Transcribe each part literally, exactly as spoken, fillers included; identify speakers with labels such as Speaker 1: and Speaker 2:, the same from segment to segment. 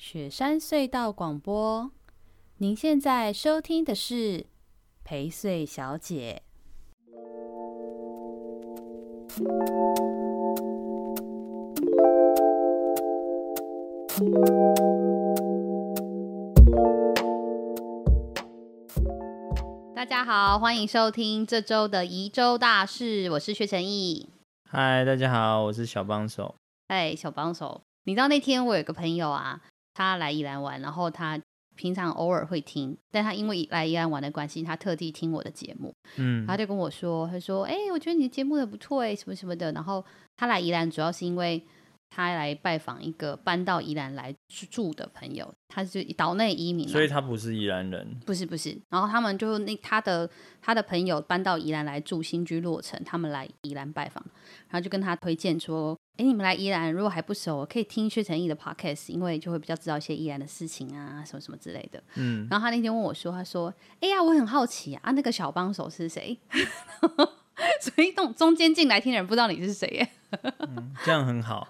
Speaker 1: 雪山隧道广播，您现在收听的是陪睡小姐。大家好，欢迎收听这周的宜州大事，我是薛成义。
Speaker 2: 嗨，大家好，我是小帮手。
Speaker 1: 哎，小帮手，你知道那天我有个朋友啊，他来宜兰玩，然后他平常偶尔会听，但他因为来宜兰玩的关系，他特地听我的节目。嗯，他就跟我说，他说：“哎、欸，我觉得你的节目很不错哎，什么什么的。”然后他来宜兰主要是因为他来拜访一个搬到宜兰来住的朋友，他是岛内移民，
Speaker 2: 所以他不是宜兰人，
Speaker 1: 不是不是。然后他们就那他的他的朋友搬到宜兰来住，新居落成，他们来宜兰拜访，然后就跟他推荐说。哎，你们来宜兰如果还不熟，可以听薛成义的 podcast， 因为就会比较知道一些宜兰的事情啊，什么什么之类的。嗯，然后他那天问我说，他说：“哎呀，我很好奇啊，那个小帮手是谁？”所以中间进来听的人不知道你是谁耶。
Speaker 2: 嗯，这样很好。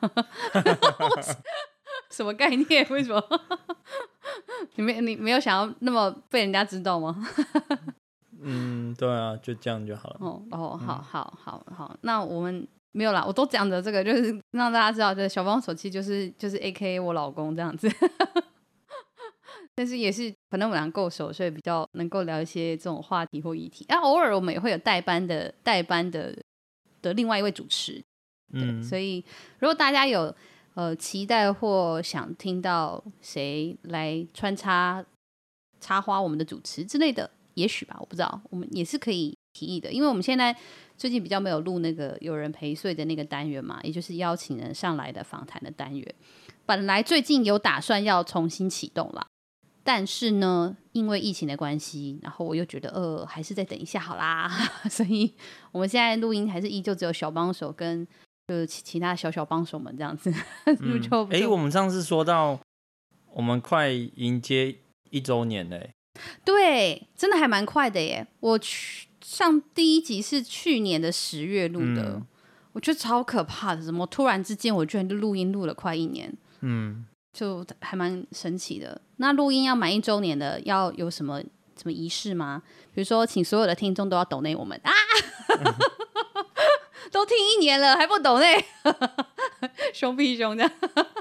Speaker 1: 什么概念？为什么？你没你没有想要那么被人家知道吗？
Speaker 2: 嗯，对啊，就这样就好了。
Speaker 1: 哦哦，好好好好，那我们。没有啦，我都讲的这个就是让大家知道，就是小帮手其实就是就是 A K A 我老公这样子。但是也是可能我们俩够熟，所以比较能够聊一些这种话题或议题。啊，偶尔我们也会有代班的代班的的另外一位主持，嗯，所以如果大家有呃期待或想听到谁来穿插插花我们的主持之类的，也许吧，我不知道，我们也是可以提议的，因为我们现在最近比较没有录那个有人陪睡的那个单元嘛，也就是邀请人上来的访谈的单元。本来最近有打算要重新启动啦，但是呢，因为疫情的关系，然后我又觉得呃，还是再等一下好啦，所以我们现在录音还是依旧只有小帮手跟就是其其他小小帮手们这样子。嗯，
Speaker 2: 哎、欸，我们上次说到我们快迎接一周年了，
Speaker 1: 对，真的还蛮快的耶。我去。上第一集是去年的十月录的，嗯，我觉得超可怕的，怎么突然之间我居然就录音录了快一年，嗯，就还蛮神奇的。那录音要满一周年的，要有什么什么仪式吗？比如说，请所有的听众都要抖内我们啊，嗯，都听一年了还不抖内，凶屁凶的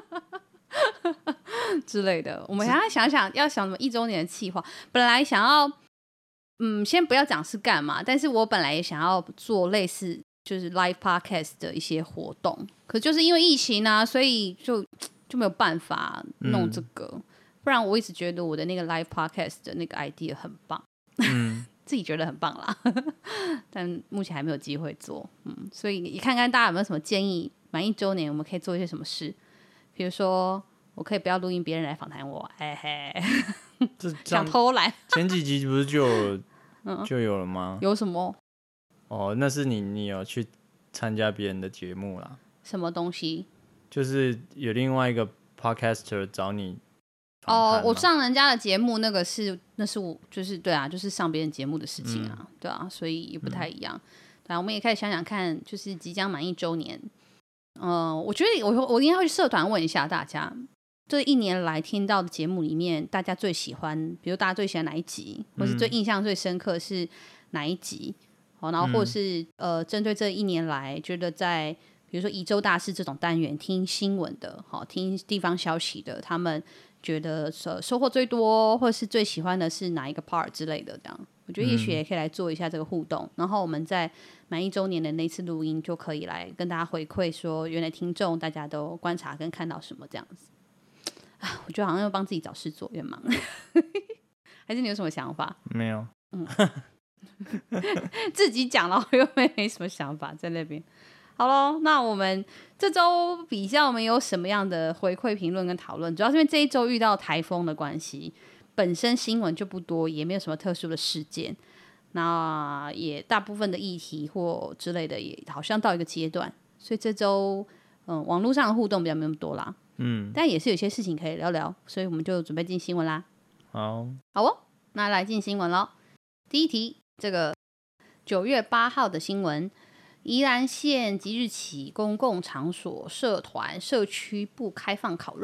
Speaker 1: 之类的。我们还要想想，要想什么一周年的企划，本来想要。嗯，先不要讲是干嘛，但是我本来也想要做类似就是 live podcast 的一些活动，可就是因为疫情啊，所以就就没有办法弄这个，嗯，不然我一直觉得我的那个 live podcast 的那个 idea 很棒，嗯，自己觉得很棒啦，但目前还没有机会做，嗯，所以你看看大家有没有什么建议，满一周年我们可以做一些什么事，比如说我可以不要录音，别人来访谈我，嘿嘿。想偷懒，
Speaker 2: 前几集不是就有、嗯、就有了吗？
Speaker 1: 有什么？
Speaker 2: 哦，那是你你有去参加别人的节目啦。
Speaker 1: 什么东西？
Speaker 2: 就是有另外一个 podcaster 找你。
Speaker 1: 哦，我上人家的节目，那个是那是我就是对啊，就是上别人节目的事情啊，嗯，对啊，所以也不太一样。对啊，我们也可以想想看，就是即将满一周年，嗯、呃，我觉得我我应该会去社团问一下大家。这一年来听到的节目里面，大家最喜欢，比如大家最喜欢哪一集，或是最印象最深刻是哪一集？好，然后或是、嗯、呃，针对这一年来，觉得在比如说宜州大事这种单元听新闻的，好听地方消息的，他们觉得收获最多，或是最喜欢的是哪一个 part 之类的，这样，我觉得也许也可以来做一下这个互动。嗯、然后我们在满一周年的那次录音，就可以来跟大家回馈说，原来听众大家都观察跟看到什么这样子。啊，我觉得好像又帮自己找事做，越忙。还是你有什么想法？
Speaker 2: 没有，嗯，
Speaker 1: 自己讲了又没没什么想法在那边。好咯，那我们这周比较没有什么样的回馈评论跟讨论，主要是因为这一周遇到台风的关系，本身新闻就不多，也没有什么特殊的事件，那也大部分的议题或之类的也好像到一个阶段，所以这周嗯网络上的互动比较没那么多啦。嗯，但也是有些事情可以聊聊，所以我们就准备进新闻啦。
Speaker 2: 好，
Speaker 1: 好哦，那来进新闻咯。第一题，这个九月八号的新闻，宜兰县即日起公共场所、社团、社区不开放烤肉，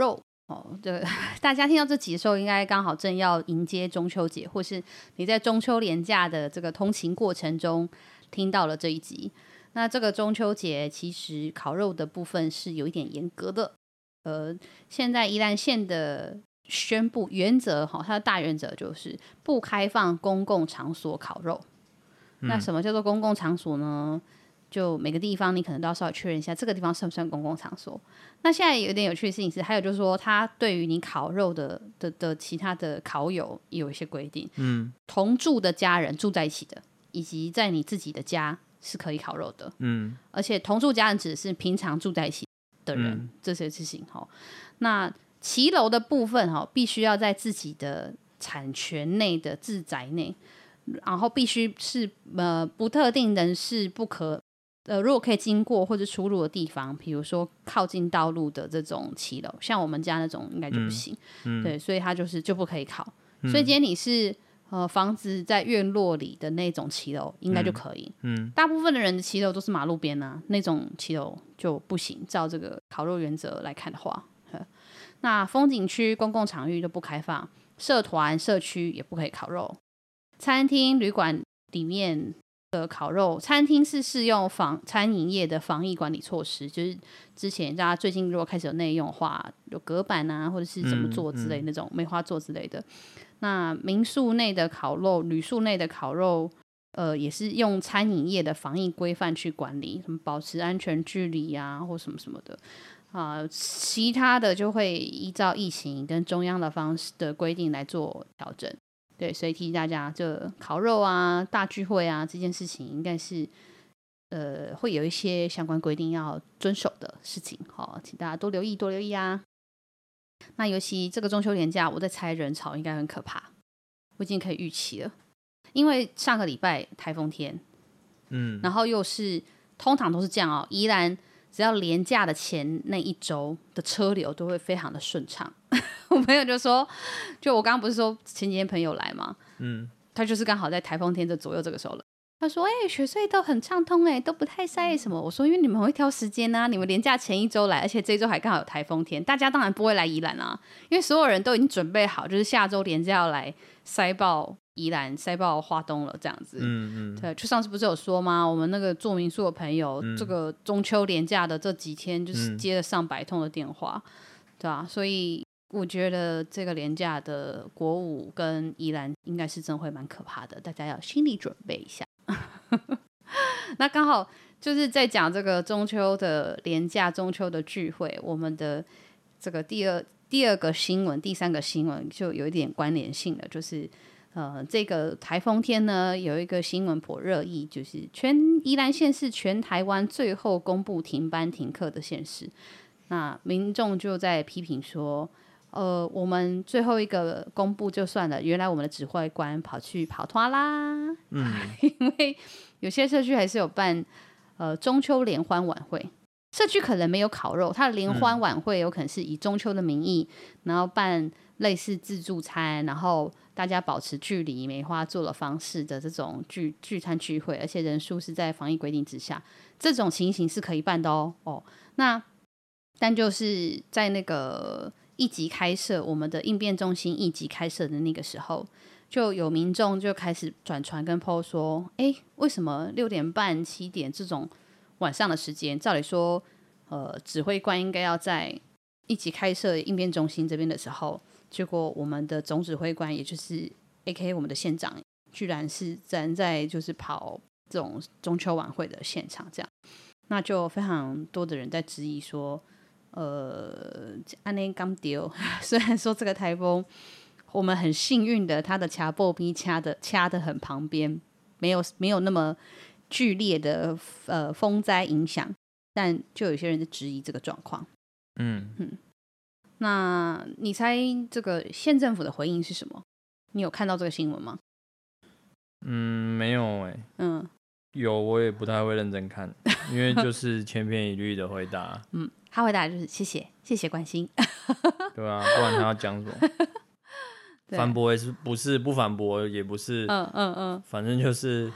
Speaker 1: 哦，对，大家听到这集的时候，应该刚好正要迎接中秋节，或是你在中秋连假的这个通勤过程中听到了这一集。那这个中秋节其实烤肉的部分是有一点严格的，呃，现在宜兰县的宣布原则，它的大原则就是不开放公共场所烤肉。嗯、那什么叫做公共场所呢？就每个地方你可能都要稍微确认一下，这个地方算不算公共场所。那现在有点有趣的事情是，还有就是说，他对于你烤肉的的的其他的烤友也有一些规定。嗯，同住的家人住在一起的，以及在你自己的家是可以烤肉的。嗯，而且同住家人指的是平常住在一起的人，嗯、这些事情哈。那骑楼的部分哈，必须要在自己的产权内的自宅内，然后必须是呃不特定人士不可。呃，如果可以经过或者出入的地方，比如说靠近道路的这种骑楼，像我们家那种应该就不行。嗯嗯、对，所以它就是就不可以烤。嗯、所以今天你是呃房子在院落里的那种骑楼，应该就可以。嗯嗯、大部分的人的骑楼都是马路边啊，那种骑楼就不行。照这个烤肉原则来看的话，那风景区、公共场域都不开放，社团、社区也不可以烤肉，餐厅、旅馆里面。的烤肉餐厅是适用防餐饮业的防疫管理措施，就是之前大家最近如果开始有内用的话，有隔板啊，或者是怎么做之类、嗯嗯、那种梅花座之类的。那民宿内的烤肉、旅宿内的烤肉，呃，也是用餐饮业的防疫规范去管理，什么保持安全距离啊，或什么什么的啊、呃。其他的就会依照疫情跟中央的方式的规定来做调整。对，所以提醒大家，这烤肉啊、大聚会啊这件事情，应该是呃会有一些相关规定要遵守的事情，好，请大家多留意，多留意啊。那尤其这个中秋连假，我在猜人潮应该很可怕，我已经可以预期了，因为上个礼拜台风天，嗯，然后又是通常都是这样哦，宜兰只要连假的前那一周的车流都会非常的顺畅。我朋友就说，就我刚刚不是说前几天朋友来吗？嗯，他就是刚好在台风天这左右这个时候了。他说：“哎、欸，雪隧都很畅通、欸，哎，都不太塞什么。”我说：“因为你们会挑时间啊，你们连假前一周来，而且这一周还刚好有台风天，大家当然不会来宜兰啊，因为所有人都已经准备好，就是下周连假要来塞爆宜兰、塞爆花东了，这样子。嗯嗯，对，就上次不是有说吗？我们那个做民宿的朋友，嗯、这个中秋连假的这几天，就是接了上百通的电话，嗯、对啊，所以。”我觉得这个连假的国五跟宜兰应该是真会蛮可怕的，大家要心理准备一下。那刚好就是在讲这个中秋的连假、中秋的聚会，我们的这个第二第二个新闻、第三个新闻就有一点关联性的，就是呃，这个台风天呢有一个新闻颇热议，就是全宜兰县是全台湾最后公布停班停课的县市，那民众就在批评说。呃，我们最后一个公布就算了，原来我们的指挥官跑去跑脱啦，嗯，因为有些社区还是有办呃中秋联欢晚会，社区可能没有烤肉，它的联欢晚会有可能是以中秋的名义，嗯、然后办类似自助餐，然后大家保持距离、梅花座的方式的这种聚聚餐聚会，而且人数是在防疫规定之下，这种情形是可以办的哦。哦，那但就是在那个。一级开设我们的应变中心一级开设的那个时候，就有民众就开始转传跟 po 说，哎，为什么六点半、七点这种晚上的时间，照理说，呃，指挥官应该要在一级开设应变中心这边的时候，结果我们的总指挥官，也就是 A K A 我们的县长，居然是站在就是跑这种中秋晚会的现场，这样，那就非常多的人在质疑说。呃，安内刚丢，虽然说这个台风，我们很幸运的，它的掐爆逼掐的掐的很旁边，没有没有那么剧烈的呃风灾影响，但就有些人在质疑这个状况。嗯嗯，那你猜这个县政府的回应是什么？你有看到这个新闻吗？
Speaker 2: 嗯，没有哎、欸。嗯，有我也不太会认真看，因为就是千篇一律的回答。
Speaker 1: 嗯。他回答就是谢谢谢谢关心，
Speaker 2: 对啊，不然他要讲什么？反驳也是不是，不反驳也不是，嗯嗯嗯，反正就是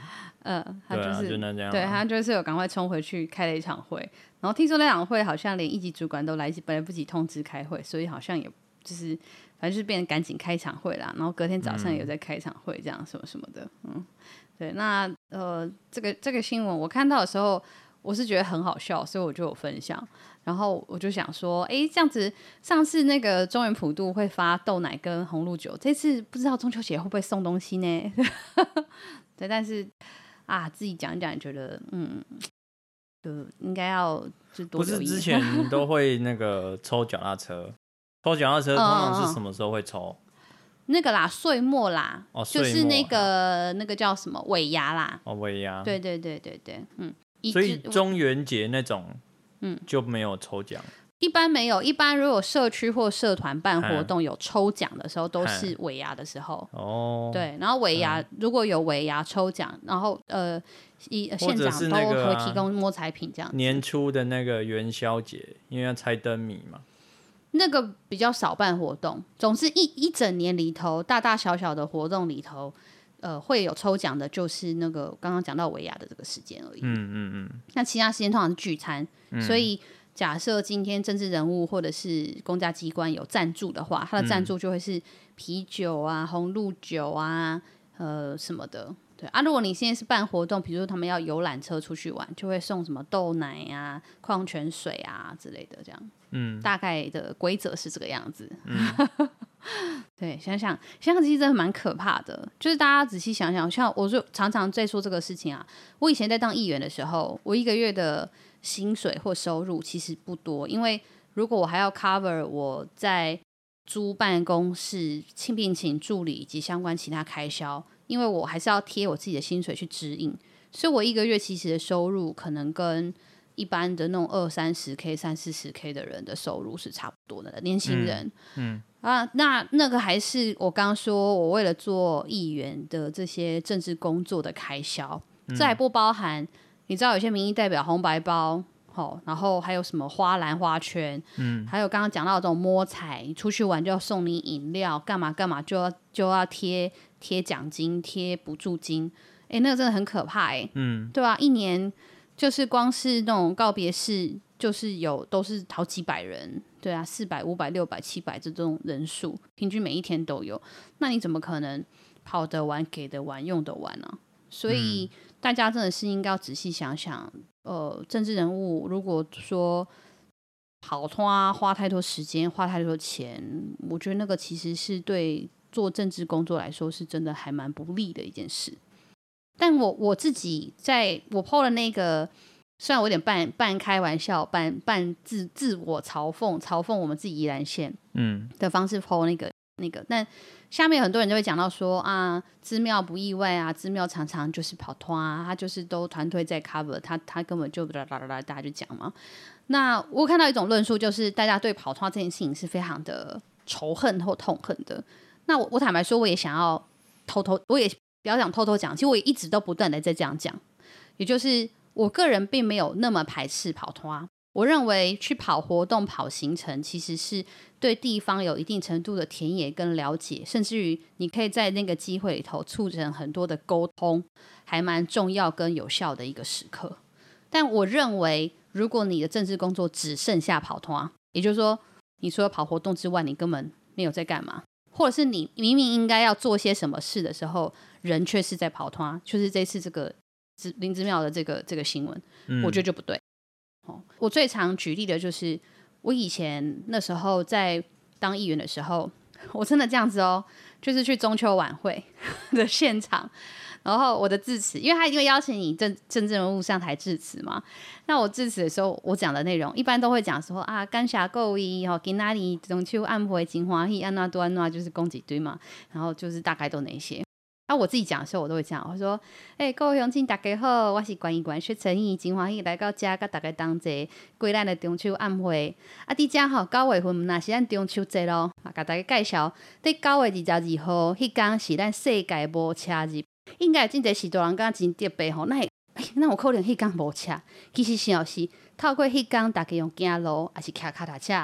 Speaker 1: 呃，他就是、
Speaker 2: 啊、就那这样、啊，
Speaker 1: 对他就是有赶快冲回去开了一场会，然后听说那场会好像连一级主管都来来不及通知开会，所以好像也就是反正就是变成赶紧开一场会啦，然后隔天早上也有在开一场会，这样什么什么的，嗯，对，那呃这个这个新闻我看到的时候，我是觉得很好笑，所以我就有分享。然后我就想说，哎，这样子，上次那个中原普渡会发豆奶跟红露酒，这次不知道中秋节会不会送东西呢？对，但是啊，自己讲一讲，觉得嗯，就应该要就多留意。
Speaker 2: 不是之前都会那个抽脚踏车，抽脚踏车通常是什么时候会抽？嗯嗯
Speaker 1: 那个啦，岁末啦，
Speaker 2: 哦，
Speaker 1: 就是那个那个叫什么尾牙啦。
Speaker 2: 哦，尾牙。
Speaker 1: 对对对对对，嗯。
Speaker 2: 所以中元节那种，嗯，就没有抽奖。
Speaker 1: 一般没有，一般如果社区或社团办活动有抽奖的时候，都是尾牙的时候。哦，对，然后尾牙、嗯、如果有尾牙抽奖，然后呃，一现场都会提供摸彩品这样子。
Speaker 2: 年初的那个元宵节，因为要猜灯谜嘛。
Speaker 1: 那个比较少办活动，总之一一整年里头，大大小小的活动里头。呃，会有抽奖的，就是那个刚刚讲到尾牙的这个时间而已。嗯嗯嗯。那其他时间通常是聚餐、嗯，所以假设今天政治人物或者是公家机关有赞助的话，他的赞助就会是啤酒啊、红露酒啊、呃什么的。对啊，如果你现在是办活动，比如说他们要游览车出去玩，就会送什么豆奶啊、矿泉水啊之类的，这样。嗯，大概的规则是这个样子。嗯。对，想想想想，其实真的蛮可怕的。就是大家仔细想想，像我就常常在说这个事情啊。我以前在当议员的时候，我一个月的薪水或收入其实不多，因为如果我还要 cover 我在租办公室、聘请助理以及相关其他开销，因为我还是要贴我自己的薪水去支应，所以我一个月其实的收入可能跟一般的那种二三十 K、三四十 K 的人的收入是差不多的，年轻人。嗯。嗯啊，那那个还是我刚刚说我为了做议员的这些政治工作的开销，嗯、这还不包含你知道有些民意代表红白包，哦，然后还有什么花篮花圈，嗯，还有刚刚讲到这种摸彩，你出去玩就要送你饮料，干嘛干嘛就要就要贴贴奖金、贴补助金，哎，那个真的很可怕哎，嗯，对啊，一年就是光是那种告别式，就是有都是好几百人。对啊，四百、五百、六百、七百这种人数，平均每一天都有。那你怎么可能跑得完、给得完、用得完呢、啊？所以、嗯、大家真的是应该要仔细想想，呃，政治人物如果说跑脱啊，花太多时间、花太多钱，我觉得那个其实是对做政治工作来说是真的还蛮不利的一件事。但我我自己在我 po 了那个。虽然我有点半半开玩笑，半半自自我嘲讽，嘲讽我们自己宜兰县的方式 po 那个、嗯、那个，但下面很多人就会讲到说啊，资妙不意外啊，资妙常常就是跑脱啊，他就是都团队在 cover， 他他根本就啦啦啦，大家就讲嘛。那我看到一种论述，就是大家对跑脱这件事情是非常的仇恨或痛恨的。那我我坦白说，我也想要偷偷，我也不要讲偷偷讲，其实我也一直都不断的在这样讲，也就是。我个人并没有那么排斥跑脱，我认为去跑活动、跑行程，其实是对地方有一定程度的田野跟了解，甚至于你可以在那个机会里头促成很多的沟通，还蛮重要跟有效的一个时刻。但我认为，如果你的政治工作只剩下跑脱，也就是说，你除了跑活动之外，你根本没有在干嘛，或者是你明明应该要做些什么事的时候，人却是在跑脱，就是这次这个。林之妙的这个这个新闻、嗯，我觉得就不对、哦。我最常举例的就是，我以前那时候在当议员的时候，我真的这样子哦，就是去中秋晚会的现场，然后我的致辞，因为他一定会邀请你政政治人物上台致辞嘛。那我致辞的时候，我讲的内容一般都会讲说啊，感谢各位哦，今仔日中秋晚会真欢喜，安怎多安怎，就是讲一堆嘛，然后就是大概都那些。啊，我自己讲的时候，我都会这样，我说：“哎、欸，各位乡亲大家好，我是关议员薛成义，真欢喜来到这，甲大家同齐过咱的中秋晚会。啊，伫这吼九月份若是咱中秋节咯，啊，甲大家介绍，伫九月二十二号迄天是咱世界无车日，应该真侪许多人感觉真特别吼。那那有可能迄天无车，其实是是透过迄天大家用走路，还是骑脚踏车，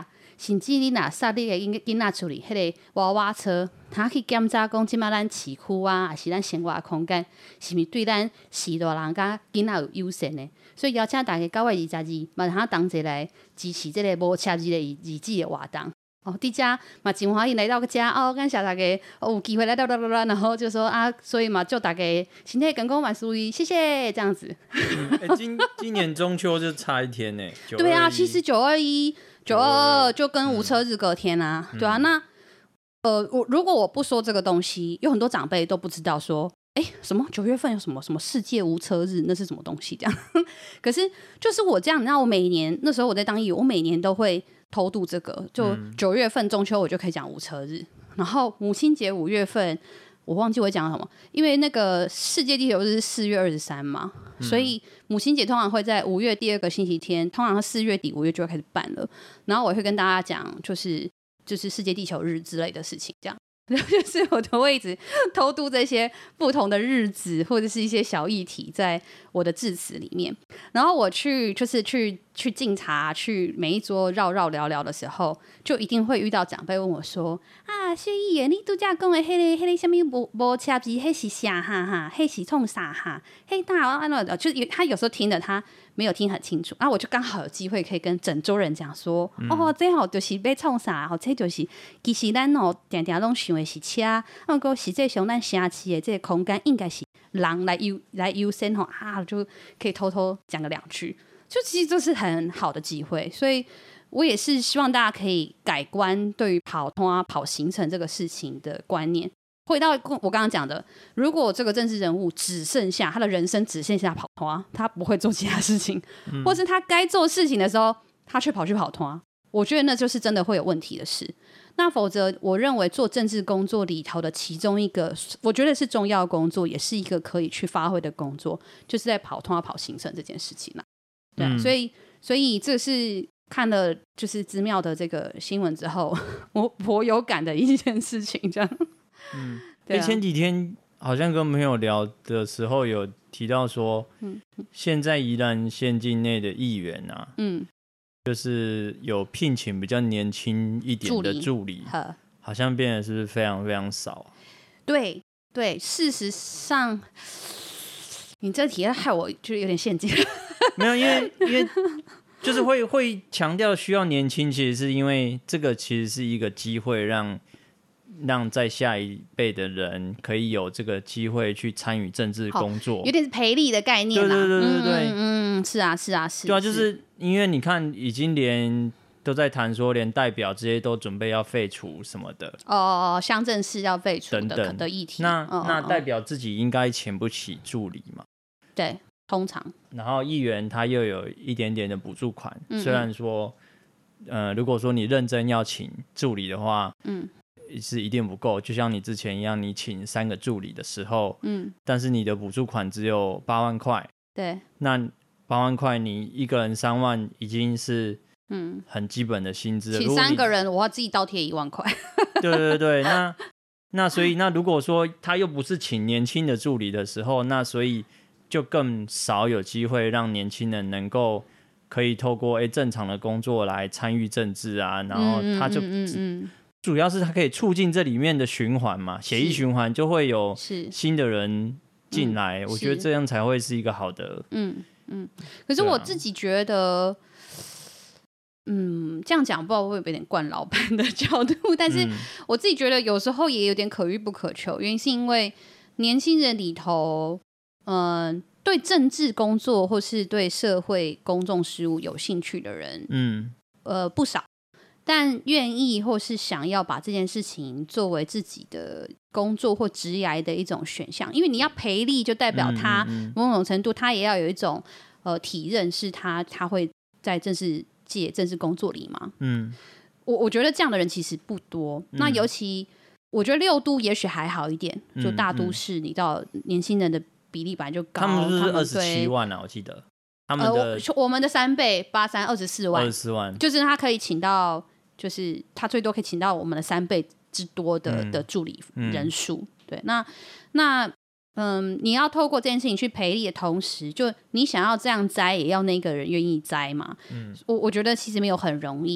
Speaker 1: 甚至你若杀你的囡仔处理迄个娃娃车，他去检查讲即摆咱市区啊，还是咱生活空间，是毋是对咱时大人甲囡仔有优先的？所以邀请大家九月二十二，嘛通同齐来支持即个无车日的日子的活动。哦，伫遮嘛真欢迎来到个遮哦，感谢大家、哦、有机会来到啦啦啦，然后就说啊，所以嘛祝大家身体健康万事如意，谢谢这样子。
Speaker 2: 嗯欸、今今年中秋就差一天呢，
Speaker 1: 对啊，其实九二一、九二二就跟无车日隔天啊，嗯、对啊。那呃，我如果我不说这个东西，有很多长辈都不知道说，哎，什么九月份有什么什么世界无车日，那是什么东西？这样。可是就是我这样，你知道，我每年那时候我在当义，我每年都会偷渡这个，就九月份中秋我就可以讲无车日，然后母亲节五月份我忘记我讲什么，因为那个世界地球日是四月二十三嘛、嗯，所以母亲节通常会在五月第二个星期天，通常四月底五月就会开始办了，然后我会跟大家讲就是就是世界地球日之类的事情，这样。就是我都会一直偷渡这些不同的日子或者是一些小议题在我的致辞里面，然后我去就是去去敬茶，去每一桌绕绕聊聊的时候，就一定会遇到长辈问我说啊，谢议员，你拄则讲的迄、那个迄、那个什么无无车子，迄是啥哈哈，迄是创啥哈，迄大安怎就是他有时候听的他没有听很清楚，啊，我就刚好有机会可以跟整桌人讲说、嗯，哦，这吼就是要创啥，吼，这就是其实咱吼定定拢想的是车，啊，个实际上咱城市的这个空间应该是人来优来优先吼，啊，就可以偷偷讲个两句，就其实这是很好的机会，所以我也是希望大家可以改观对于跑通啊、跑行程这个事情的观念。回到我刚刚讲的，如果这个政治人物只剩下他的人生只剩下跑通啊，他不会做其他事情、嗯、或是他该做事情的时候他却跑去跑通啊，我觉得那就是真的会有问题的事。那否则我认为做政治工作里头的其中一个我觉得是重要的工作，也是一个可以去发挥的工作，就是在跑通啊、跑行程这件事情啦。对、啊嗯、所以所以这是看了就是资妙的这个新闻之后我颇有感的一件事情这样。
Speaker 2: 嗯，对、啊欸，前几天好像跟朋友聊的时候有提到说，嗯，现在宜兰县境内的议员啊，嗯，就是有聘请比较年轻一点的助理，好像变得是不是非常非常少？
Speaker 1: 对对，事实上，你这题害我就有点陷阱。
Speaker 2: 没有，因为因为就是会会强调需要年轻，其实是因为这个其实是一个机会让。让在下一辈的人可以有这个机会去参与政治工作，
Speaker 1: 有点是培力的概念啦。
Speaker 2: 对对对对对，
Speaker 1: 嗯嗯，是啊是啊是。
Speaker 2: 对啊，就是因为你看，已经连都在谈说，连代表这些都准备要废除什么的。
Speaker 1: 哦，乡镇市要废除的等等的议题。
Speaker 2: 那、哦、那代表自己应该请不起助理嘛？
Speaker 1: 对，通常。
Speaker 2: 然后议员他又有一点点的补助款，嗯嗯虽然说，呃，如果说你认真要请助理的话，嗯。是一定不够，就像你之前一样，你请三个助理的时候，嗯，但是你的补助款只有八万块，
Speaker 1: 对，
Speaker 2: 那八万块你一个人三万已经是嗯很基本的薪资了。
Speaker 1: 请三个人，我要自己倒贴一万块。
Speaker 2: 对对对，那那所以那如果说他又不是请年轻的助理的时候，那所以就更少有机会让年轻人能够可以透过哎正常的工作来参与政治啊，然后他就嗯嗯嗯。嗯主要是它可以促进这里面的循环嘛，血液循环就会有新的人进来，我觉得这样才会是一个好的。
Speaker 1: 嗯嗯。可是我自己觉得，啊、嗯，这样讲不知道会不会有点惯老板的角度，但是我自己觉得有时候也有点可遇不可求，原因是因为年轻人里头，嗯、呃，对政治工作或是对社会公众事务有兴趣的人，嗯，呃，不少。但愿意或是想要把这件事情作为自己的工作或职业的一种选项，因为你要培力，就代表他某种程度他也要有一种呃体认，是他他会在政治界、政治工作里嘛。嗯，我我觉得这样的人其实不多。嗯、那尤其我觉得六都也许还好一点，就大都市，你到年轻人的比例本来就高，
Speaker 2: 他们是二十七万啊，我记得他们的、呃、
Speaker 1: 我, 我们的三倍八三二十四万，
Speaker 2: 二十四万，
Speaker 1: 就是他可以请到。就是他最多可以请到我们的三倍之多的、嗯、的助理人数，嗯、对，那那嗯，你要透过这件事情去培力的同时，就你想要这样栽，也要那个人愿意栽嘛。嗯，我我觉得其实没有很容易，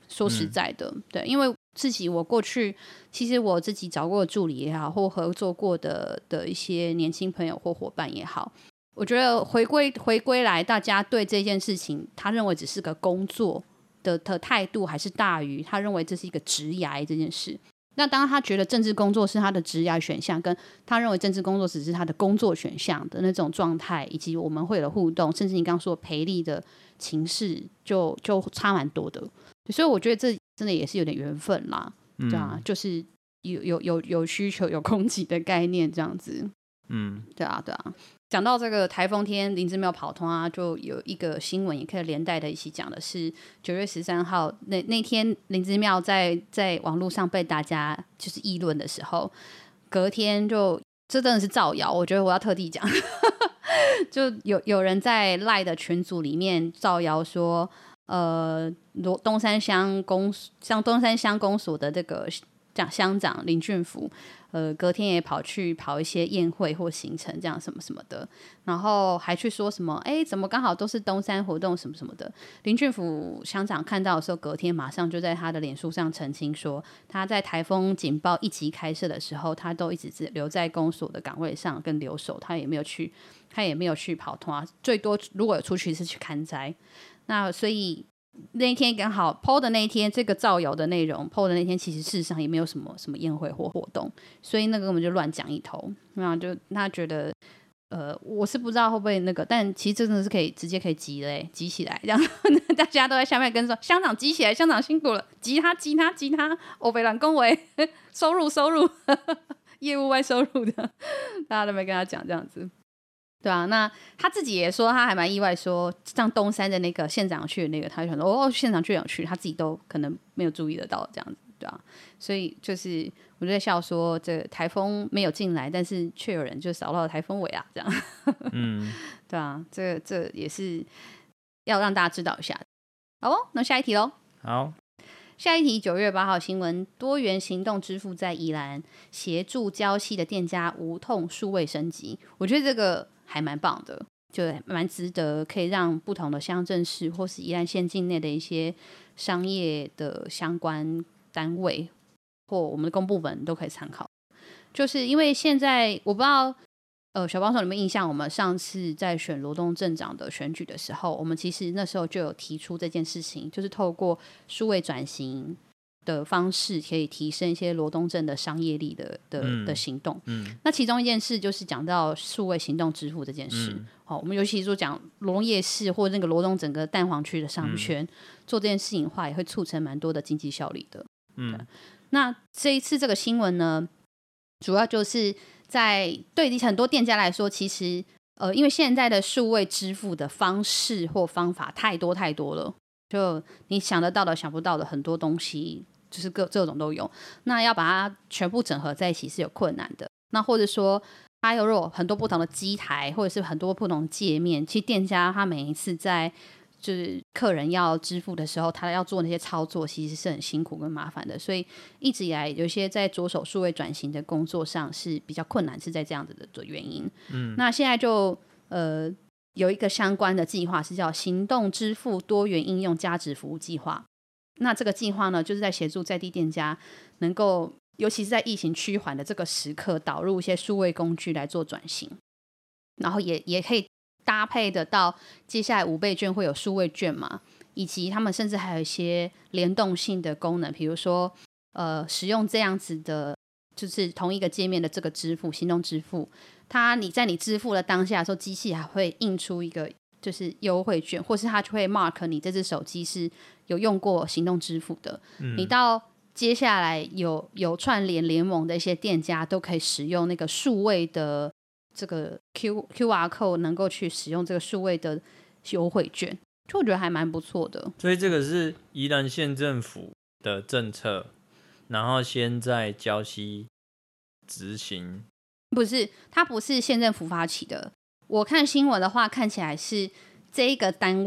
Speaker 1: 说实在的、嗯、对，因为自己我过去其实我自己找过的助理也好，或合作过的的一些年轻朋友或伙伴也好，我觉得回归回归来，大家对这件事情他认为只是个工作的的态度，还是大于他认为这是一个职涯这件事。那当他觉得政治工作是他的职业选项，跟他认为政治工作只是他的工作选项的那种状态，以及我们会有的互动，甚至你刚刚说培力的情势就就差蛮多的。所以我觉得这真的也是有点缘分啦，对啊，嗯、就是有有有有需求有供给的概念这样子。嗯，对啊对啊。讲到这个台风天林姿妙跑通啊，就有一个新闻也可以连带的一起讲的是九月十三号那那天林姿妙在在网络上被大家就是议论的时候，隔天就这真的是造谣，我觉得我要特地讲就有有人在 LINE 的群组里面造谣说呃东山乡公像东山乡公所的这个乡长林俊福呃，隔天也跑去跑一些宴会或行程这样什么什么的，然后还去说什么哎，怎么刚好都是东山活动什么什么的。林俊福乡长看到的时候，隔天马上就在他的脸书上澄清说，他在台风警报一级开设的时候，他都一直留在公所的岗位上跟留守，他也没有去他也没有去跑通啊，最多如果有出去是去看灾。那所以那一天刚好 P O 的那一天，这个造谣的内容 P O 的那天，其实事实上也没有什么什么宴会或活动，所以那个我们就乱讲一通。那就他觉得，呃，我是不知道会不会那个，但其实真的是可以直接可以集嘞，集起来，这样大家都在下面跟说乡长集起来，乡长辛苦了，集他集他集他，欧北兰恭维收入收入业务外收入的，大家都没跟他讲这样子。对啊，那他自己也说他还蛮意外，说像东山的那个县长去的那个，他就想说哦，县长居然有去，他自己都可能没有注意得到这样子，对啊，所以就是我就在笑说，这台风没有进来，但是却有人就扫到了台风尾啊，这样，嗯，对啊，这这也是要让大家知道一下。好哦，那下一题咯。
Speaker 2: 好，
Speaker 1: 下一题，九月八号新闻，多元行动支付在宜兰协助礁溪的店家无痛数位升级，我觉得这个还蛮棒的，就蛮值得可以让不同的乡镇市或是宜兰县境内的一些商业的相关单位或我们的公部门都可以参考。就是因为现在我不知道呃，小帮手有没有印象，我们上次在选罗东镇长的选举的时候，我们其实那时候就有提出这件事情，就是透过数位转型的方式可以提升一些罗东镇的商业力 的, 的,
Speaker 2: 嗯、
Speaker 1: 的行动、
Speaker 2: 嗯、
Speaker 1: 那其中一件事就是讲到数位行动支付这件事、嗯哦、我们尤其说讲罗东夜市或那个罗东整个蛋黄区的商圈、嗯、做这件事情的话，也会促成蛮多的经济效力的、嗯、那这一次这个新闻呢，主要就是在对很多店家来说，其实呃，因为现在的数位支付的方式或方法太多太多了，就你想得到的想不到的很多东西，就是各这种都有，那要把它全部整合在一起是有困难的。那或者说它有很多不同的机台，或者是很多不同的界面，其实店家他每一次在就是客人要支付的时候，他要做那些操作其实是很辛苦跟麻烦的，所以一直以来有一些在着手数位转型的工作上是比较困难，是在这样子的原因。嗯，那现在就呃有一个相关的计划是叫行动支付多元应用价值服务计划。那这个计划呢，就是在协助在地店家能够尤其是在疫情趋缓的这个时刻，导入一些数位工具来做转型，然后也也可以搭配得到接下来五倍券会有数位券嘛，以及他们甚至还有一些联动性的功能，比如说呃，使用这样子的就是同一个界面的这个支付行动支付，它你在你支付的当下的时候，机器还会印出一个就是优惠券，或是它就会 mark 你这只手机是有用过行动支付的、嗯、你到接下来有有串联联盟的一些店家都可以使用那个数位的这个 Q, QR code 能够去使用这个数位的优惠券，就我觉得还蛮不错的。
Speaker 2: 所以这个是宜兰县政府的政策，然后先在礁溪执行？
Speaker 1: 不是，它不是县政府发起的。我看新闻的话，看起来是这一个单位，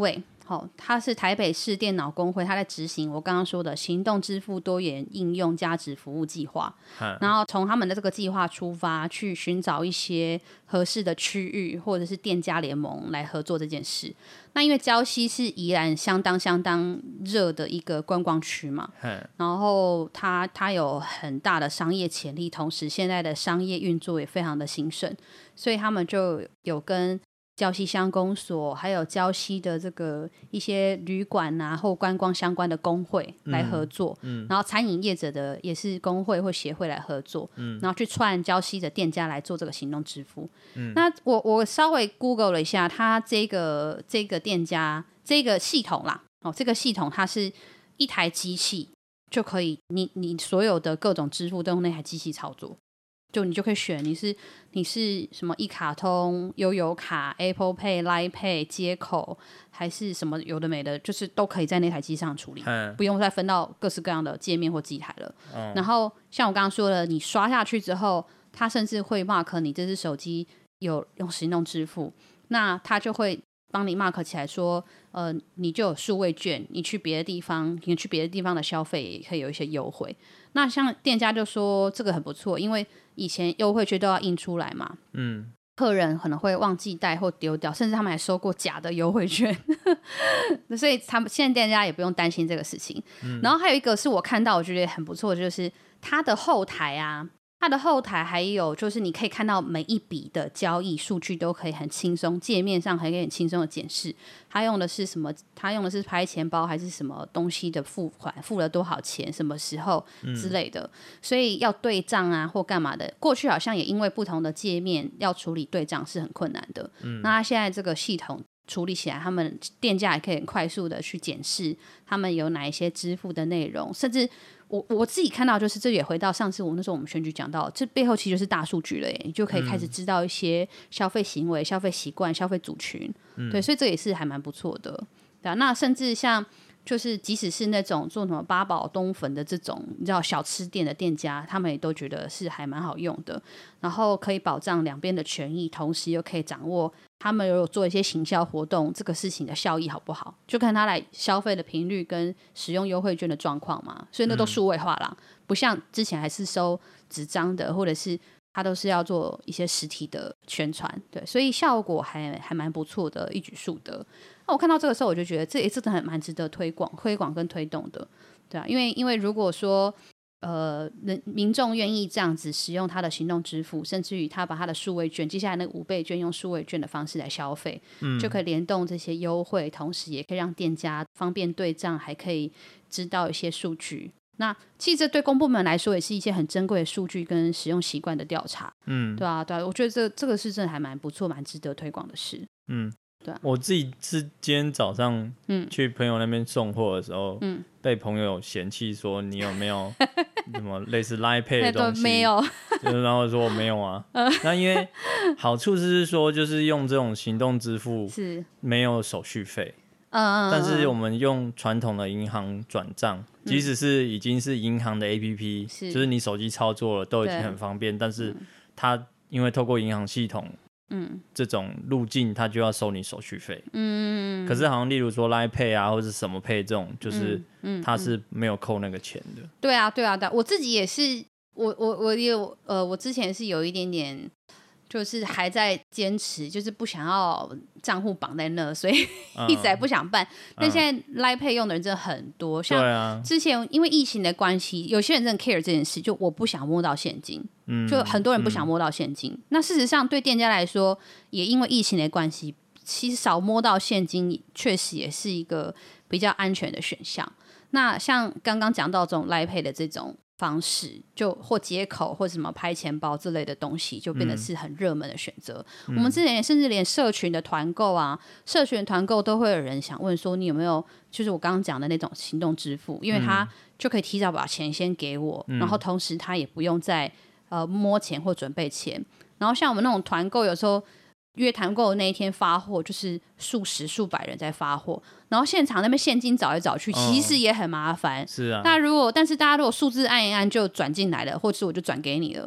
Speaker 1: 好，它是台北市电脑工会，它在执行我刚刚说的行动支付多元应用价值服务计划，然后从他们的这个计划出发，去寻找一些合适的区域或者是店家联盟来合作这件事。那因为礁溪是宜兰相当相当热的一个观光区嘛，然后它它有很大的商业潜力，同时现在的商业运作也非常的兴盛，所以他们就有跟礁溪乡公所还有礁溪的这个一些旅馆啊或观光相关的工会来合作，嗯嗯、然后餐饮业者的也是工会或协会来合作，嗯、然后去串礁溪的店家来做这个行动支付。嗯、那我我稍微 Google 了一下，它这个这个店家这个系统啦，哦，这个系统它是一台机器就可以，你你所有的各种支付都用那台机器操作。就你就可以选你是你是什么一卡通、悠游卡、Apple Pay、Line Pay 接口，还是什么有的没的，就是都可以在那台机上处理，不用再分到各式各样的界面或机台了。嗯、然后像我刚刚说的，你刷下去之后，它甚至会 mark 你这只手机有用行动支付，那它就会帮你 mark 起来说，呃，你就有数位券，你去别的地方，你去别的地方的消费也可以有一些优惠。那像店家就说这个很不错，因为以前优惠券都要印出来嘛，嗯，客人可能会忘记带或丢掉，甚至他们还收过假的优惠券，所以他们现在店家也不用担心这个事情。嗯、然后还有一个是我看到我觉得很不错，就是它的后台啊。它的后台还有就是你可以看到每一笔的交易数据都可以很轻松，界面上可以很轻松的检视它用的是什么，它用的是拍钱包还是什么东西的付款，付了多少钱，什么时候之类的，嗯、所以要对账啊或干嘛的，过去好像也因为不同的界面要处理对账是很困难的。嗯、那它现在这个系统处理起来，他们店家也可以很快速的去检视他们有哪一些支付的内容，甚至我我自己看到，就是这也回到上次我那时候我们选举讲到，这背后其实就是大数据了耶，你就可以开始知道一些消费行为、嗯、消费习惯、消费族群，嗯、对，所以这也是还蛮不错的，对啊。那甚至像就是即使是那种做什么八宝冬粉的这种你知道小吃店的店家，他们也都觉得是还蛮好用的，然后可以保障两边的权益，同时又可以掌握他们有做一些行销活动这个事情的效益好不好，就看他来消费的频率跟使用优惠券的状况嘛，所以那都数位化啦，嗯、不像之前还是收纸张的，或者是他都是要做一些实体的宣传，对，所以效果还还蛮不错的，一举数得。那我看到这个时候，我就觉得这也真的很蛮值得推广、推广跟推动的，对啊，因为因为如果说呃人民众愿意这样子使用他的行动支付，甚至于他把他的数位券，接下来那个五倍券用数位券的方式来消费，嗯、就可以联动这些优惠，同时也可以让店家方便对账，还可以知道一些数据。那其实这对公部门来说也是一些很珍贵的数据跟使用习惯的调查，嗯，对啊，对啊，我觉得这这个是真的还蛮不错、蛮值得推广的事，嗯。对啊、
Speaker 2: 我自己是今天早上去朋友那边送货的时候，嗯、被朋友嫌弃说你有没有什么类似 Line Pay 的东西？
Speaker 1: 没有，
Speaker 2: 就是然后说我没有啊。那因为好处是说，就是用这种行动支付是没有手续费，嗯、但是我们用传统的银行转账，即使是已经是银行的 A P P，、嗯、就是你手机操作了都已经很方便，但是它因为透过银行系统。嗯，这种路径它就要收你手续费。嗯，可是好像例如说 Line Pay 啊，或者什么 Pay 这种，就是它是没有扣那个钱的。
Speaker 1: 嗯嗯、对啊，对啊，对啊，我自己也是，我我我也有呃，我之前是有一点点，就是还在坚持，就是不想要账户绑在那，所以一直还不想办。嗯、但现在 Line Pay 用的人真的很多，像之前因为疫情的关系，有些人真的 care 这件事，就我不想摸到现金。就很多人不想摸到现金，嗯、那事实上对店家来说，也因为疫情的关系，其实少摸到现金确实也是一个比较安全的选项。那像刚刚讲到这种 Line Pay 的这种方式，就或接口或什么拍钱包之类的东西，就变得是很热门的选择。嗯、我们之前甚至连社群的团购啊，社群团购都会有人想问说，你有没有就是我刚刚讲的那种行动支付，因为他就可以提早把钱先给我，嗯、然后同时他也不用再呃，摸钱或准备钱，然后像我们那种团购，有时候约团购的那一天发货，就是数十数百人在发货，然后现场那边现金找来找去，其实也很麻烦。
Speaker 2: 是啊，
Speaker 1: 那如果但是大家如果数字按一按就转进来了，或者是我就转给你了，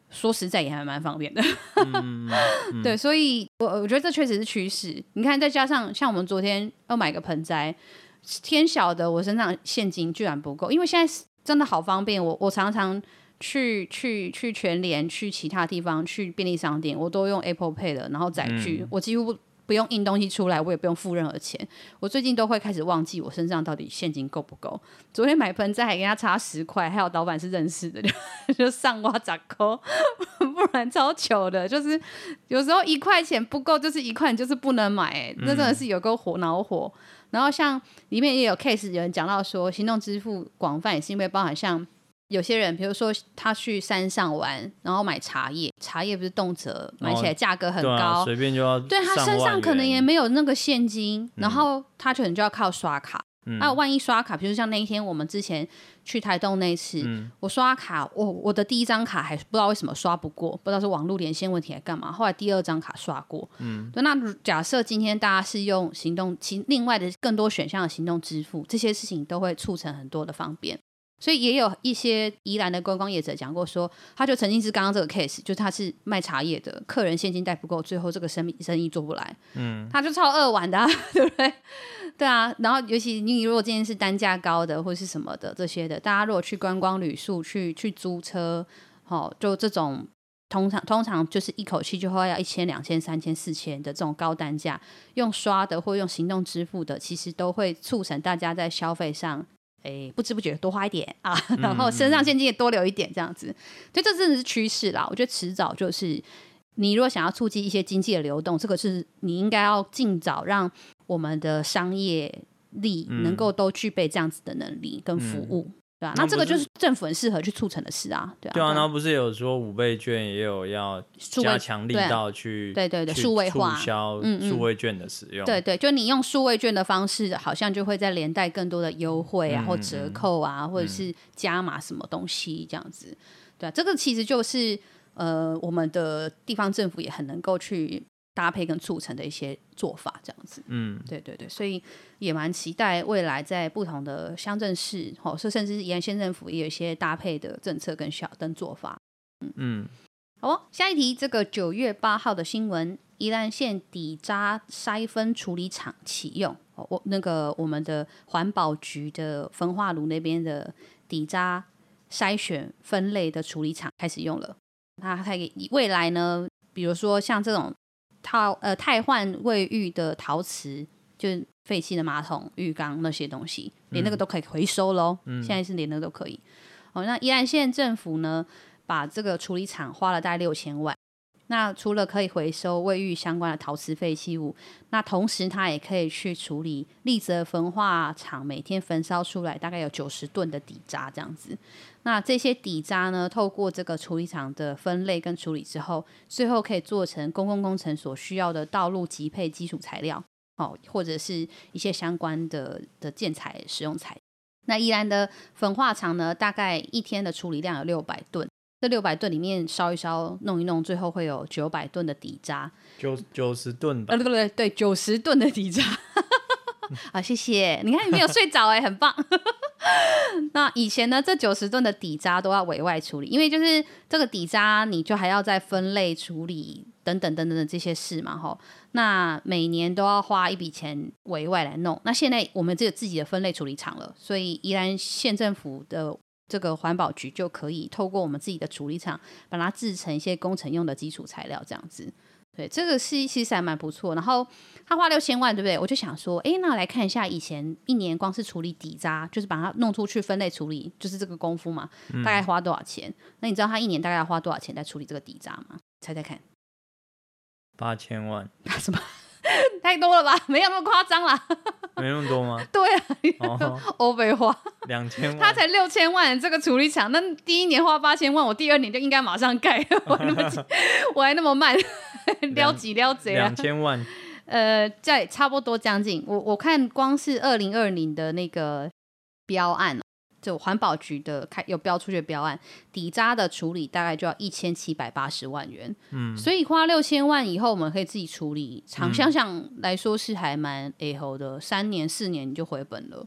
Speaker 1: 说实在也还蛮方便的。
Speaker 2: 嗯嗯、
Speaker 1: 对，所以我我觉得这确实是趋势。你看，再加上像我们昨天要买个盆栽，天晓得我身上现金居然不够，因为现在真的好方便。我我常常去去去全联，去其他地方，去便利商店，我都用 Apple Pay 的，然后载具，嗯、我几乎不用印东西出来，我也不用付任何钱。我最近都会开始忘记我身上到底现金够不够。昨天买盆栽还跟他差十块，还有老板是认识的，就就上挖十块，不然超糗的。就是有时候一块钱不够，就是一块，就是不能买、欸，那真的是有够火恼火。然后像里面也有 case 有人讲到说，行动支付广泛也是因为包含像有些人，比如说他去山上玩，然后买茶叶，茶叶不是动辄买起来价格很高，
Speaker 2: 随便、哦啊、就要
Speaker 1: 对他身上可能也没有那个现金，
Speaker 2: 嗯、
Speaker 1: 然后他可能就要靠刷卡。那、嗯啊、万一刷卡，比如像那一天我们之前去台东那一次，嗯、我刷卡，我我的第一张卡还不知道为什么刷不过，不知道是网络连线问题还干嘛，后来第二张卡刷过。嗯，对，那假设今天大家是用行动，其另外的更多选项的行动支付，这些事情都会促成很多的方便。所以也有一些宜兰的观光业者讲过说，他就曾经是刚刚这个 case， 就是他是卖茶叶的，客人现金带不够，最后这个生意生意做不来，嗯，他就超扼腕的、啊，对不对？对啊，然后尤其你如果今天是单价高的或是什么的这些的，大家如果去观光旅宿去去租车，哦，就这种通常通常就是一口气就会要一千、两千、三千、四千的这种高单价，用刷的或用行动支付的，其实都会促成大家在消费上。哎，不知不觉多花一点啊，然后身上现金也多留一点，这样子，所以这真的是趋势啦。我觉得迟早就是你如果想要促进一些经济的流动，这个是你应该要尽早让我们的商业力能够都具备这样子的能力跟服务。嗯对啊，那这个就是政府很适合去促成的事啊，对啊。
Speaker 2: 对啊，然后不是有说五倍券也有要加强力道去
Speaker 1: 对对对数位化
Speaker 2: 促销数位券的使用。
Speaker 1: 对对，就你用数位券的方式，好像就会再连带更多的优惠啊，嗯、或折扣啊，嗯、或者是加码什么东西这样子。对啊，这个其实就是呃，我们的地方政府也很能够去搭配跟促成的一些做法，这样子。嗯，对对对，所以也蛮期待未来在不同的乡镇市，或是甚至是宜兰县政府也有一些搭配的政策跟小跟做法。嗯嗯，好哦，下一题，这个九月八号的新闻，宜兰县底渣筛分处理厂启用。哦，我那个我们的环保局的焚化炉那边的底渣筛选分类的处理厂开始用了。那它未来呢，比如说像这种套呃汰换卫浴的陶瓷，就是废弃的马桶、浴缸那些东西，连那个都可以回收咯、嗯、现在是连那个都可以。哦，那宜兰县政府呢，把这个处理厂花了大概六千万。那除了可以回收卫浴相关的陶瓷废弃物，那同时它也可以去处理丽泽焚化厂每天焚烧出来大概有九十吨的底渣这样子。那这些底渣呢，透过这个处理厂的分类跟处理之后，最后可以做成公共工程所需要的道路级配基础材料，哦，或者是一些相关的的建材使用材。那宜兰的焚化厂呢，大概一天的处理量有六百吨。这六百吨里面烧一烧弄一弄，最后会有九百吨的底渣，九
Speaker 2: 九十吨吧？
Speaker 1: 呃，对对对，九十吨的底渣。好，谢谢。你看你没有睡着哎、欸，很棒。那以前呢，这九十吨的底渣都要委外处理，因为就是这个底渣，你就还要再分类处理等等等等的这些事嘛，吼。那每年都要花一笔钱委外来弄。那现在我们只有自己的分类处理厂了，所以宜兰县政府的这个环保局就可以透过我们自己的处理厂，把它制成一些工程用的基础材料，这样子。对，这个是其实还蛮不错。然后他花六千万，对不对？我就想说，哎，那来看一下以前一年光是处理底渣，就是把它弄出去分类处理，就是这个功夫嘛，大概花多少钱？嗯、那你知道他一年大概要花多少钱在处理这个底渣吗？猜猜看。
Speaker 2: 八千万。
Speaker 1: 什么？太多了吧？没有那么夸张啦。
Speaker 2: 没那么多吗？
Speaker 1: 对啊，欧北花
Speaker 2: 两千万，
Speaker 1: 他才六千万这个处理厂，那第一年花八千万，我第二年就应该马上盖。我还那么我还那么慢，撩几撩贼啊！
Speaker 2: 两千万，
Speaker 1: 呃，在差不多将近。我我看光是二零二零的那个标案，就环保局的开有标出去的标案，底渣的处理大概就要一千七百八十万元。嗯，所以花六千万以后，我们可以自己处理，长想想来说是还蛮 A 猴的，三年四年你就回本了。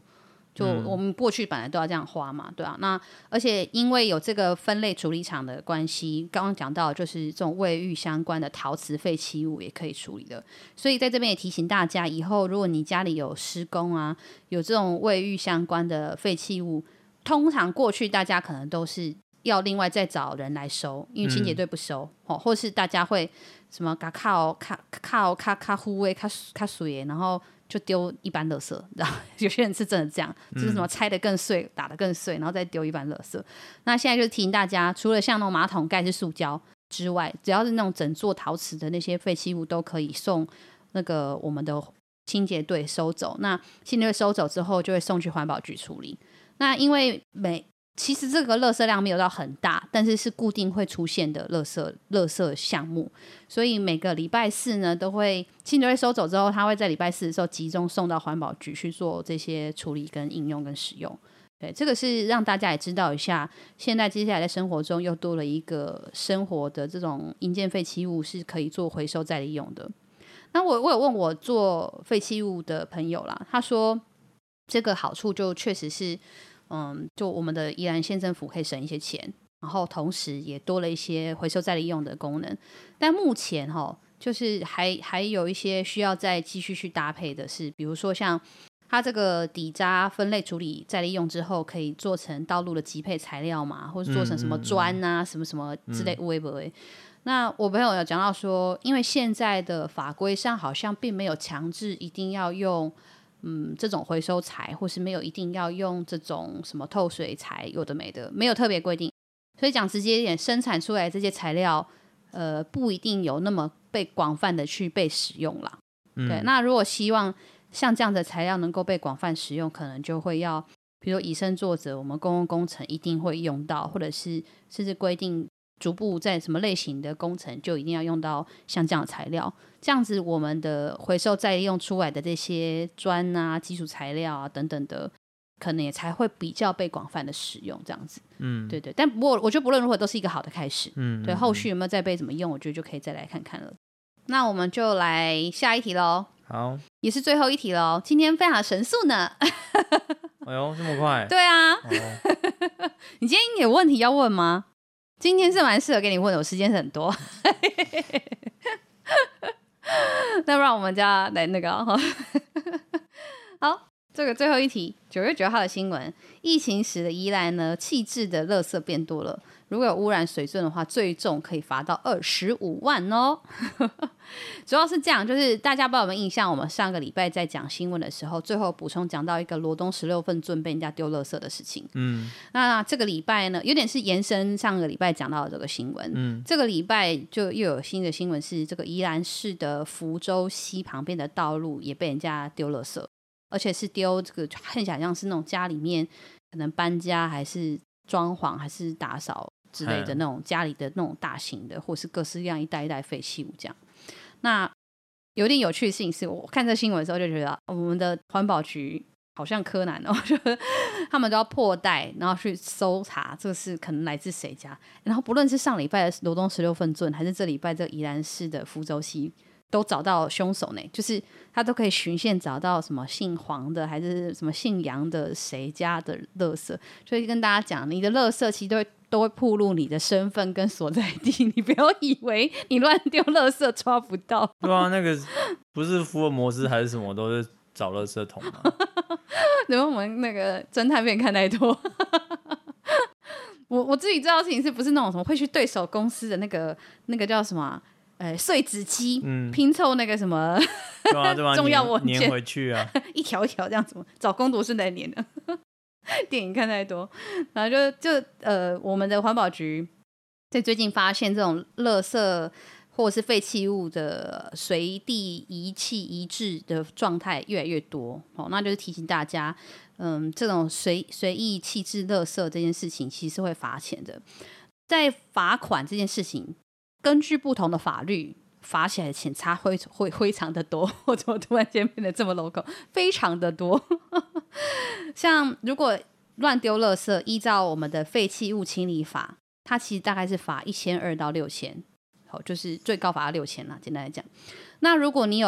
Speaker 1: 就我们过去本来都要这样花嘛，对啊。那而且因为有这个分类处理厂的关系，刚刚讲到就是这种卫浴相关的陶瓷废弃物也可以处理的，所以在这边也提醒大家，以后如果你家里有施工啊，有这种卫浴相关的废弃物，通常过去大家可能都是要另外再找人来收，因为清洁队不收，嗯、或是大家会什么卡靠卡靠卡卡呼味卡卡水，然后就丢一般垃圾，然后有些人是真的这样，就是什么拆得更碎，打得更碎，然后再丢一般垃圾。那现在就是提醒大家，除了像那种马桶盖是塑胶之外，只要是那种整座陶瓷的那些废弃物，都可以送那个我们的清洁队收走。那清洁队收走之后，就会送去环保局处理。那因为每其实这个垃圾量没有到很大，但是是固定会出现的垃圾垃圾项目，所以每个礼拜四呢都会清洁队收走之后，他会在礼拜四的时候集中送到环保局去做这些处理跟应用跟使用。对，这个是让大家也知道一下，现在接下来在生活中又多了一个生活的这种营建废弃物是可以做回收再利用的。那我我有问我做废弃物的朋友啦，他说这个好处就确实是嗯，就我们的宜兰县政府可以省一些钱，然后同时也多了一些回收再利用的功能。但目前齁，就是还还有一些需要再继续去搭配的是，比如说像它这个底渣分类处理再利用之后，可以做成道路的级配材料嘛，或者做成什么砖啊、嗯嗯、什么什么之类微博。那我朋友有讲到说，因为现在的法规上好像并没有强制一定要用嗯，这种回收材，或是没有一定要用这种什么透水材，有的没的，没有特别规定。所以讲直接一点，生产出来这些材料，呃，不一定有那么被广泛的去被使用啦。嗯、对，那如果希望像这样的材料能够被广泛使用，可能就会要，比如说以身作则，我们公共工程一定会用到，或者是甚至规定逐步在什么类型的工程就一定要用到像这样的材料。这样子我们的回收再利用出来的这些砖啊、基础材料啊等等的，可能也才会比较被广泛的使用这样子。嗯，对对。但不过我觉得不论如何都是一个好的开始。嗯，对，后续有没有再被怎么用，我觉得就可以再来看看了。那我们就来下一题咯。
Speaker 2: 好，
Speaker 1: 也是最后一题咯。今天非常的神速呢。
Speaker 2: 哎呦，这么快？
Speaker 1: 对啊。哦、你今天有问题要问吗？今天是蛮适合给你问的，我时间是很多。那不然我们就要来那个好，这个最后一题，九月九号的新闻，疫情时的宜兰呢，弃置的垃圾变多了，如果有污染水准的话，最重可以罚到二十五万哦。主要是这样，就是大家不知道有没有印象，我们上个礼拜在讲新闻的时候，最后补充讲到一个罗东十六份圳被人家丢垃圾的事情。嗯，那这个礼拜呢，有点是延伸上个礼拜讲到的这个新闻。嗯，这个礼拜就又有新的新闻是，这个宜兰市的福州溪旁边的道路也被人家丢垃圾，而且是丢这个很想像是那种家里面可能搬家还是装潢还是打扫之类的那种家里的那种大型的，或是各式各样一袋一袋废弃物这样。那有点有趣的事情是，我看这新闻的时候就觉得我们的环保局好像柯南哦，他们都要破袋然后去搜查这个是可能来自谁家，然后不论是上礼拜的罗东十六份圳还是这礼拜这个宜兰市的福州溪都找到凶手呢，就是他都可以循线找到什么姓黄的还是什么姓杨的谁家的垃圾，所以跟大家讲，你的垃圾其实都会都会暴露你的身份跟所在地，你不要以为你乱丢垃圾抓不到。
Speaker 2: 对啊，那个不是福尔摩斯还是什么都是找垃圾桶吗？
Speaker 1: 然后我们那个侦探片看太多。我我自己知道的事情是不是那种什么会去对手公司的那个那个叫什么、啊呃、碎纸机、嗯、拼凑那个什么
Speaker 2: 对啊对啊
Speaker 1: 重要文件
Speaker 2: 粘回去啊，
Speaker 1: 一条一条这样子找工读生来粘的。电影看太多，然后就就呃，我们的环保局在最近发现这种垃圾或者是废弃物的随地遗弃遗置的状态越来越多，哦，那就是提醒大家，嗯，这种随随意弃置垃圾这件事情其实是会罚钱的。在罚款这件事情，根据不同的法律，罚起来的钱差会会非常的多。我怎么突然间变得这么 local？ 非常的多。像如果乱丢垃圾，依照我们的废弃物清理法，它其实大概是罚一千二到六千，好，就是最高罚到六千啦。简单来讲，那如果你有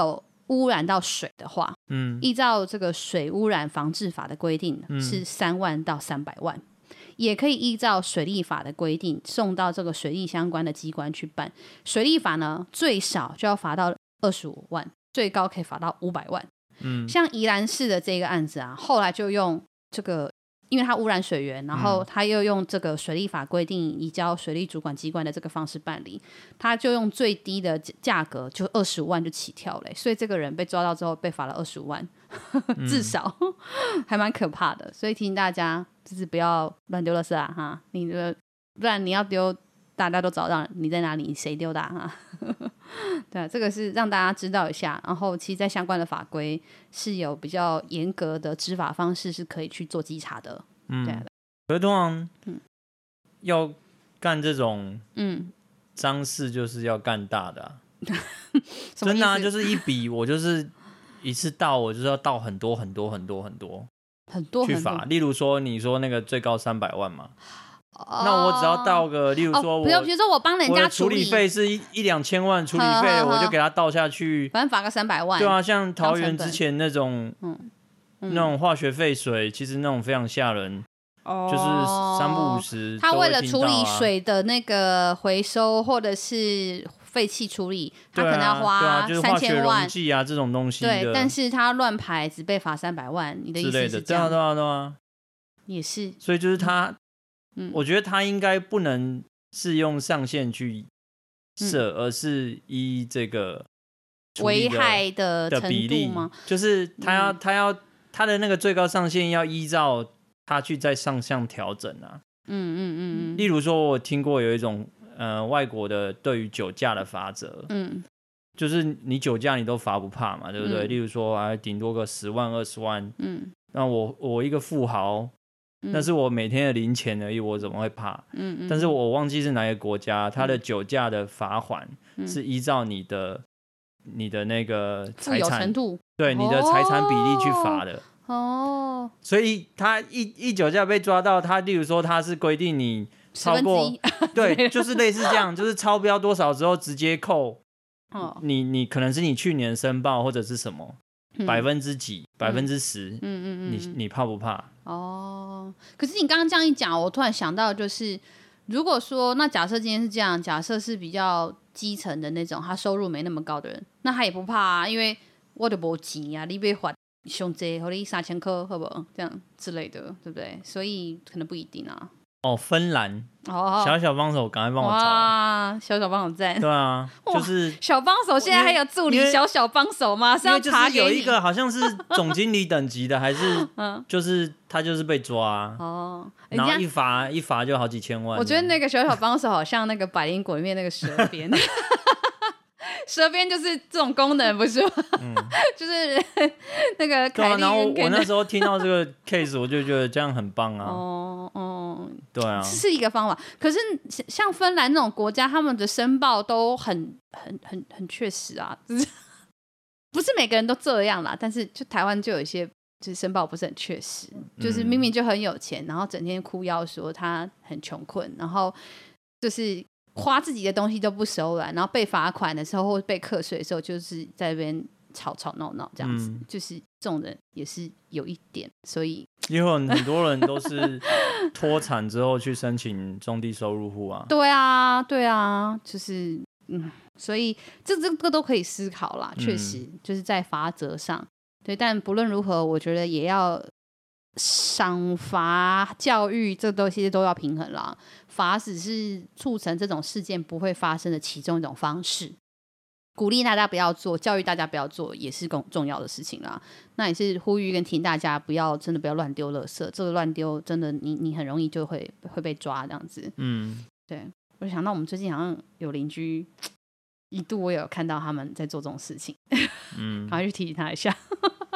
Speaker 1: 污染到水的话，
Speaker 2: 嗯，
Speaker 1: 依照这个水污染防治法的规定
Speaker 2: 嗯
Speaker 1: 是三万到三百万，也可以依照水利法的规定送到这个水利相关的机关去办。水利法呢，最少就要罚到二十五万，最高可以罚到五百万。
Speaker 2: 嗯，
Speaker 1: 像宜兰市的这个案子啊，后来就用这个，因为它污染水源，然后他又用这个水利法规定移交水利主管机关的这个方式办理，他就用最低的价格就二十五万就起跳了，所以这个人被抓到之后被罚了二十五万，至少还蛮可怕的。所以提醒大家，就是不要乱丢垃圾啊哈，你的不然你要丢，大家都找到你在哪里，谁丢的啊？对啊，这个是让大家知道一下。然后，其实，在相关的法规是有比较严格的执法方式，是可以去做稽查的。
Speaker 2: 嗯，
Speaker 1: 对啊，
Speaker 2: 可是通常
Speaker 1: 嗯
Speaker 2: 要干这种
Speaker 1: 嗯，
Speaker 2: 脏事，就是要干大的、啊，
Speaker 1: 什么意思
Speaker 2: 真的、啊、就是一笔，我就是一次到，我就是要到很多很多很多很多
Speaker 1: 很多很多
Speaker 2: 去罚。例如说，你说那个最高三百万嘛。
Speaker 1: 哦、
Speaker 2: 那我只要到个，例如说我，
Speaker 1: 哦、比如比如说我帮人
Speaker 2: 我的处
Speaker 1: 家理
Speaker 2: 理费是一一两千万处理费，
Speaker 1: 呵呵呵
Speaker 2: 我就给他倒下去，
Speaker 1: 反正罚个三百万。
Speaker 2: 对啊，像桃园之前那种，
Speaker 1: 嗯嗯、
Speaker 2: 那种化学废水，其实那种非常吓人，
Speaker 1: 哦、
Speaker 2: 就是三不五时、啊。
Speaker 1: 他为了处理水的那个回收或者是废气处理，他可能要花三千万。
Speaker 2: 剂啊这种东西，
Speaker 1: 对，但是他乱排只被罚三百万，你的意思是这样？
Speaker 2: 对啊，对啊，对啊，
Speaker 1: 也是。
Speaker 2: 所以就是他。
Speaker 1: 嗯、
Speaker 2: 我觉得他应该不能是用上限去设、嗯，而是依这个
Speaker 1: 危害
Speaker 2: 的
Speaker 1: 的
Speaker 2: 比例
Speaker 1: 吗？
Speaker 2: 就是他要、
Speaker 1: 嗯、
Speaker 2: 他要他的那个最高上限要依照他去再上项调整啊。
Speaker 1: 嗯嗯嗯嗯。
Speaker 2: 例如说，我听过有一种呃外国的对于酒驾的罚则，嗯，就是你酒驾你都罚不怕嘛，对不对？嗯、例如说啊，顶多个十万二十万，嗯，那我我一个富豪。那是我每天的零钱而已，我怎么会怕？嗯嗯。但是我忘记是哪个国家，它的酒驾的罚款是依照你的、嗯、你的那个财产
Speaker 1: 程度，
Speaker 2: 对、哦、你的财产比例去罚的。
Speaker 1: 哦。
Speaker 2: 所以他一一酒驾被抓到，他例如说他是规定你超过，对，就是类似这样，就是超标多少之后直接扣。哦。你你可能是你去年申报或者是什么。百分之几，百分之十，嗯嗯嗯，你你怕不怕？
Speaker 1: 哦，可是你刚刚这样一讲，我突然想到，就是如果说，那假设今天是这样，假设是比较基层的那种，他收入没那么高的人，那他也不怕啊，因为我就没钱啊，你被罚上济，或你三千块，好不好？这样之类的，对不对？所以可能不一定啊。
Speaker 2: 哦，芬兰，
Speaker 1: 哦，
Speaker 2: 小小帮手，赶快帮我找。
Speaker 1: 哇，小小帮手在。
Speaker 2: 对啊，就是
Speaker 1: 小帮手，现在还有助理小小帮手吗？是要查给你？
Speaker 2: 有一个好像是总经理等级的，还是就是他就是被抓哦，然后一罚一罚就好几千万。
Speaker 1: 我觉得那个小小帮手好像那个百灵果里面那个蛇鞭。蛇鞭就是这种功能，不是吗？嗯、就是那个凯莉、啊。
Speaker 2: 然后我那时候听到这个 case， 我就觉得这样很棒啊。哦哦，对啊，
Speaker 1: 是一个方法。可是像芬兰那种国家，他们的申报都很很很很确实啊，就是不是每个人都这样啦。但是就台湾就有一些，就是申报不是很确实，就是明明就很有钱，然后整天哭腰说他很穷困，然后就是。花自己的东西都不收了，然后被罚款的时候或被课税的时候，就是在那边吵吵闹闹这样子、嗯，就是这种人也是有一点，所以
Speaker 2: 因为很多人都是脱产之后去申请中低收入户啊。
Speaker 1: 对啊，对啊，就是嗯，所以这这个都可以思考啦，确实、嗯、就是在罚则上，对，但不论如何，我觉得也要。赏罚教育这东西都要平衡啦，罚只是促成这种事件不会发生的其中一种方式，鼓励大家不要做，教育大家不要做也是更重要的事情啦。那也是呼吁跟提醒大家不要真的不要乱丢垃圾，这个乱丢真的你你很容易就会会被抓这样子。嗯，对，我想到我们最近好像有邻居一度我也有看到他们在做这种事情，嗯，赶快去提醒他一下。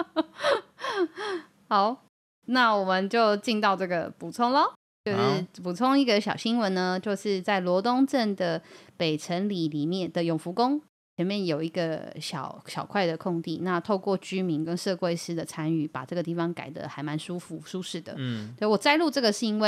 Speaker 1: 好。那我们就进到这个补充咯，就是补充一个小新闻呢，就是在罗东镇的北城里里面的永福宫前面有一个小小块的空地，那透过居民跟社规师的参与，把这个地方改得还蛮舒服舒适的。嗯，对，我摘录这个是因为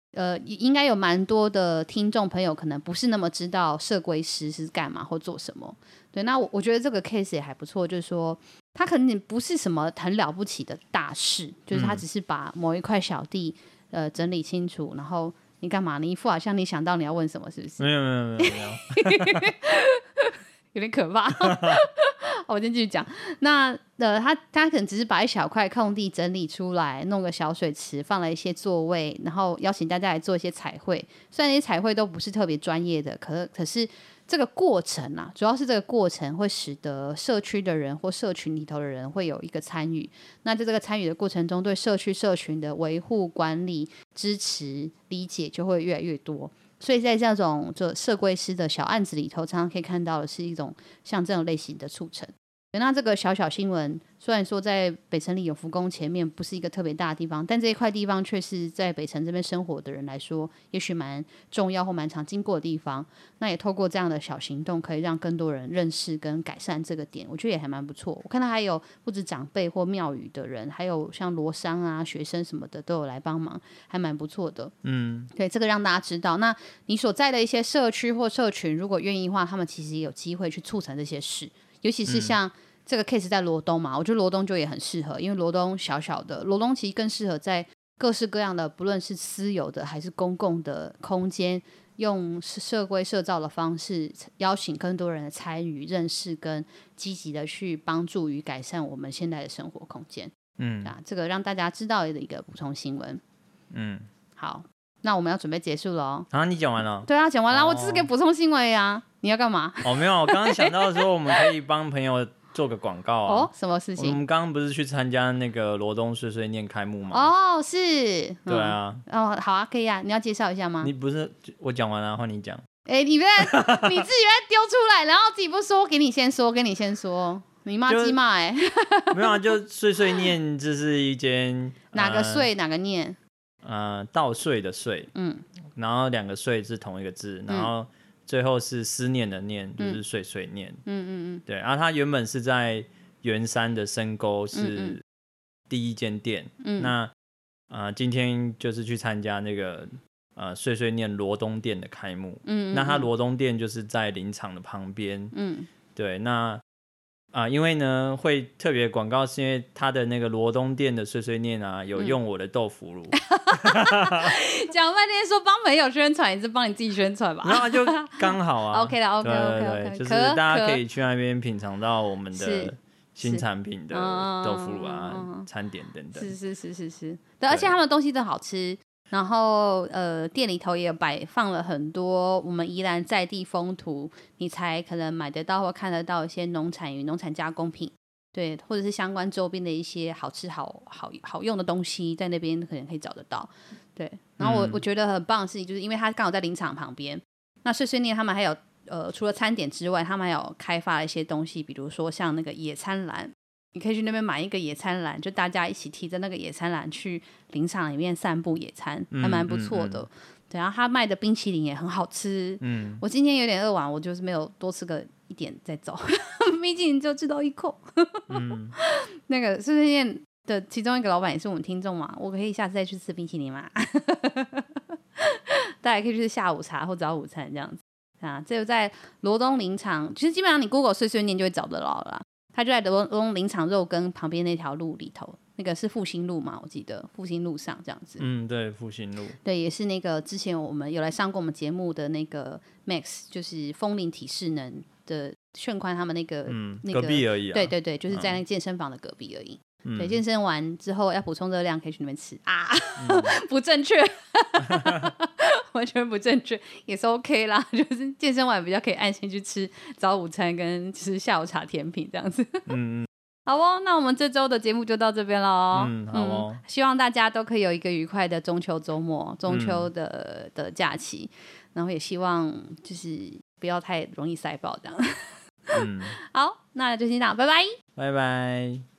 Speaker 1: 呃，应该有蛮多的听众朋友可能不是那么知道社规师是干嘛或做什么。对，那 我, 我觉得这个 case 也还不错，就是说他可能不是什么很了不起的大事，就是他只是把某一块小地呃整理清楚，然后你干嘛？你一副好像你想到你要问什么，是不是？
Speaker 2: 没有没有没有没有，
Speaker 1: 有点可怕。我先继续讲。那呃，他他可能只是把一小块空地整理出来，弄个小水池，放了一些座位，然后邀请大家来做一些彩绘。虽然那些彩绘都不是特别专业的，可可是这个过程啊，主要是这个过程会使得社区的人或社群里头的人会有一个参与。那在这个参与的过程中，对社区社群的维护、管理、支持、理解就会越来越多。所以在这种就社规师的小案子里头，常常可以看到的是一种像这种类型的促成。那这个小小新闻虽然说在北城里永福宫前面不是一个特别大的地方，但这一块地方却是在北城这边生活的人来说也许蛮重要或蛮常经过的地方。那也透过这样的小行动可以让更多人认识跟改善这个点，我觉得也还蛮不错。我看到还有不止长辈或庙宇的人，还有像罗商啊学生什么的都有来帮忙，还蛮不错的。嗯，对，这个让大家知道，那你所在的一些社区或社群如果愿意的话，他们其实也有机会去促成这些事。尤其是像这个 case 在罗东嘛，我觉得罗东就也很适合，因为罗东小小的，罗东其实更适合在各式各样的不论是私有的还是公共的空间，用社规社造的方式邀请更多人的参与认识跟积极的去帮助与改善我们现在的生活空间。嗯，啊，这个让大家知道的一个补充新闻。嗯，好，那我们要准备结束了哦。
Speaker 2: 啊，你讲完了？
Speaker 1: 对啊，讲完了，哦，我只是给补充新闻呀。你要干嘛？
Speaker 2: 哦，没有，我刚刚想到说我们可以帮朋友做个广告啊。
Speaker 1: 哦，什么事情？
Speaker 2: 我们刚刚不是去参加那个罗东碎碎念开幕吗？
Speaker 1: 哦，是。嗯、
Speaker 2: 对啊。
Speaker 1: 哦，好啊，可以啊。你要介绍一下吗？
Speaker 2: 你不是我讲完了，换你讲。
Speaker 1: 哎，你别你自己在丢出来，然后自己不说，给你先说，给你先说。你骂鸡骂哎。
Speaker 2: 没有啊，就碎碎念，这是一间
Speaker 1: 哪个碎、呃、哪个念？
Speaker 2: 呃，稻穗的穗，嗯，然后两个穗是同一个字，然后最后是思念的念，就是碎碎念，嗯嗯嗯，对。然后它原本是在圆山的深沟是第一间店，嗯嗯，那呃今天就是去参加那个呃碎碎念罗东店的开幕，嗯嗯嗯，那它罗东店就是在林场的旁边，嗯，对，那。啊、呃，因为呢会特别广告，是因为他的那个罗东店的碎碎念啊，有用我的豆腐乳。
Speaker 1: 讲半天说帮朋友宣传，也是帮你自己宣传吧？
Speaker 2: 然后就刚好啊。
Speaker 1: OK 了 ，OK OK
Speaker 2: OK， 就是大家可以去那边品尝到我们的新产品的豆腐乳啊、嗯、餐点等等。
Speaker 1: 是是是是是，对，而且他们的东西都好吃。然后呃，店里头也摆放了很多我们宜兰在地风土，你才可能买得到或看得到一些农产与农产加工品，对，或者是相关周边的一些好吃好好好用的东西，在那边可能可以找得到。对，然后我、嗯、我觉得很棒的事情，就是因为它刚好在林场旁边，那碎碎念他们还有呃，除了餐点之外，他们还有开发了一些东西，比如说像那个野餐篮。你可以去那边买一个野餐篮，就大家一起提着那个野餐篮去林场里面散步野餐，还蛮不错的。嗯嗯嗯，对，然后他卖的冰淇淋也很好吃。嗯，我今天有点饿完，我就是没有多吃个一点再走，冰淇淋就吃到一口。嗯，那个碎碎念的其中一个老板也是我们听众嘛，我可以下次再去吃冰淇淋吗？大家可以去吃下午茶或早午餐这样子啊。这就在罗东林场，其实基本上你 Google 碎碎念就会找得到了。他就在罗东林场肉羹旁边那条路里头，那个是复兴路嘛？我记得复兴路上这样子。
Speaker 2: 嗯，对，复兴路。
Speaker 1: 对，也是那个之前我们有来上过我们节目的那个 Max， 就是风铃体适能的炫宽他们那个、
Speaker 2: 嗯、
Speaker 1: 那个
Speaker 2: 隔壁而已、啊。
Speaker 1: 对对对，就是在那个健身房的隔壁而已。嗯、对，健身完之后要补充热量，可以去那边吃啊，嗯、不正确。完全不正确也是 OK 啦，就是健身完比较可以安心去吃早午餐跟吃下午茶甜品这样子。嗯，好哦，那我们这周的节目就到这边咯。
Speaker 2: 嗯，好哦、嗯。
Speaker 1: 希望大家都可以有一个愉快的中秋周末，中秋的、嗯、的假期，然后也希望就是不要太容易塞爆这样。嗯，好，那就先这样，拜拜，
Speaker 2: 拜拜。